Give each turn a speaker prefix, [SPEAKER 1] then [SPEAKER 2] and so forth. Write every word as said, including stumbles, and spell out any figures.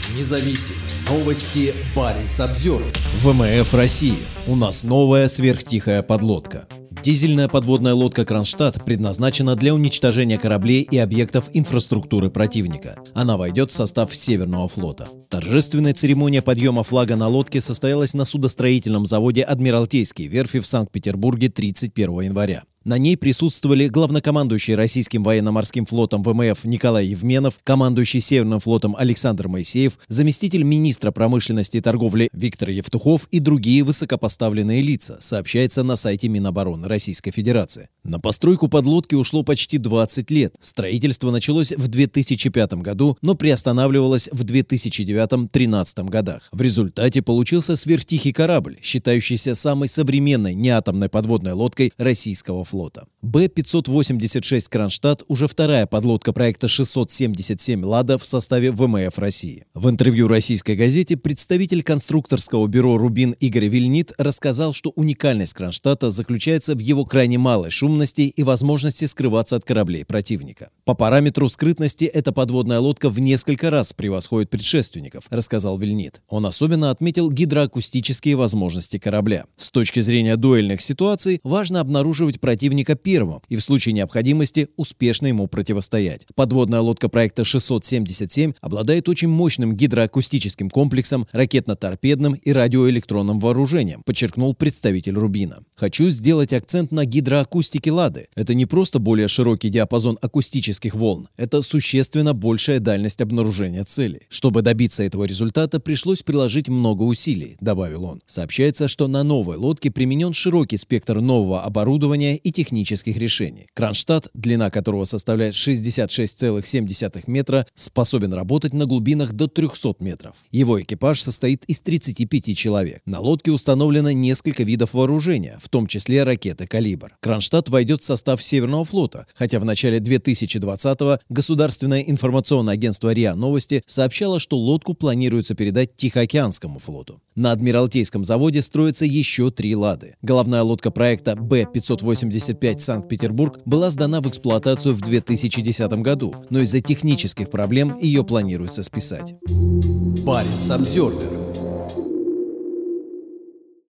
[SPEAKER 1] независим. Новости Баренц-Обзервер.
[SPEAKER 2] ВМФ России. У нас новая сверхтихая подлодка. Дизельная подводная лодка «Кронштадт» предназначена для уничтожения кораблей и объектов инфраструктуры противника. Она войдет в состав Северного флота. Торжественная церемония подъема флага на лодке состоялась на судостроительном заводе «Адмиралтейские верфи» в Санкт-Петербурге тридцать первого января. На ней присутствовали главнокомандующий Российским военно-морским флотом ВМФ Николай Евменов, командующий Северным флотом Александр Моисеев, заместитель министра промышленности и торговли Виктор Евтухов и другие высокопоставленные лица, сообщается на сайте Минобороны Российской Федерации. На постройку подлодки ушло почти двадцать лет. Строительство началось в две тысячи пятом году, но приостанавливалось в две тысячи девятом — две тысячи тринадцатом годах. В результате получился сверхтихий корабль, считающийся самой современной неатомной подводной лодкой российского флота. Бэ пятьсот восемьдесят шесть «Кронштадт» уже вторая подлодка проекта шестьсот семьдесят семь «Лада» в составе ВМФ России. В интервью российской газете представитель конструкторского бюро «Рубин» Игорь Вильнит рассказал, что уникальность «Кронштадта» заключается в его крайне малой шумности и возможности скрываться от кораблей противника. По параметру скрытности эта подводная лодка в несколько раз превосходит предшественников, рассказал Вильнит. Он особенно отметил гидроакустические возможности корабля. С точки зрения дуэльных ситуаций важно обнаруживать противника первым и в случае необходимости успешно ему противостоять. Подводная лодка проекта шестьсот семьдесят семь обладает очень мощным гидроакустическим комплексом, ракетно-торпедным и радиоэлектронным вооружением, подчеркнул представитель Рубина. Хочу сделать акцент на гидроакустике «Лады». Это не просто более широкий диапазон акустических волн, это существенно большая дальность обнаружения цели. Чтобы добиться этого результата, пришлось приложить много усилий, добавил он. Сообщается, что на новой лодке применен широкий спектр нового оборудования и технических решений. «Кронштадт», длина которого составляет шестьдесят шесть целых семь десятых метра, способен работать на глубинах до трехсот метров. Его экипаж состоит из тридцати пяти человек. На лодке установлено несколько видов вооружения, в том числе ракеты «Калибр». «Кронштадт» войдет в состав Северного флота, хотя в начале две тысячи двадцатого государственное информационное агентство РИА Новости сообщало, что лодку планируется передать Тихоокеанскому флоту. На Адмиралтейском заводе строятся еще три «Лады». Головная лодка проекта Бэ пятьсот восемьдесят пять «Санкт-Петербург» была сдана в эксплуатацию в две тысячи десятом году, но из-за технических проблем ее планируется списать.
[SPEAKER 1] Баренц-Обзервер.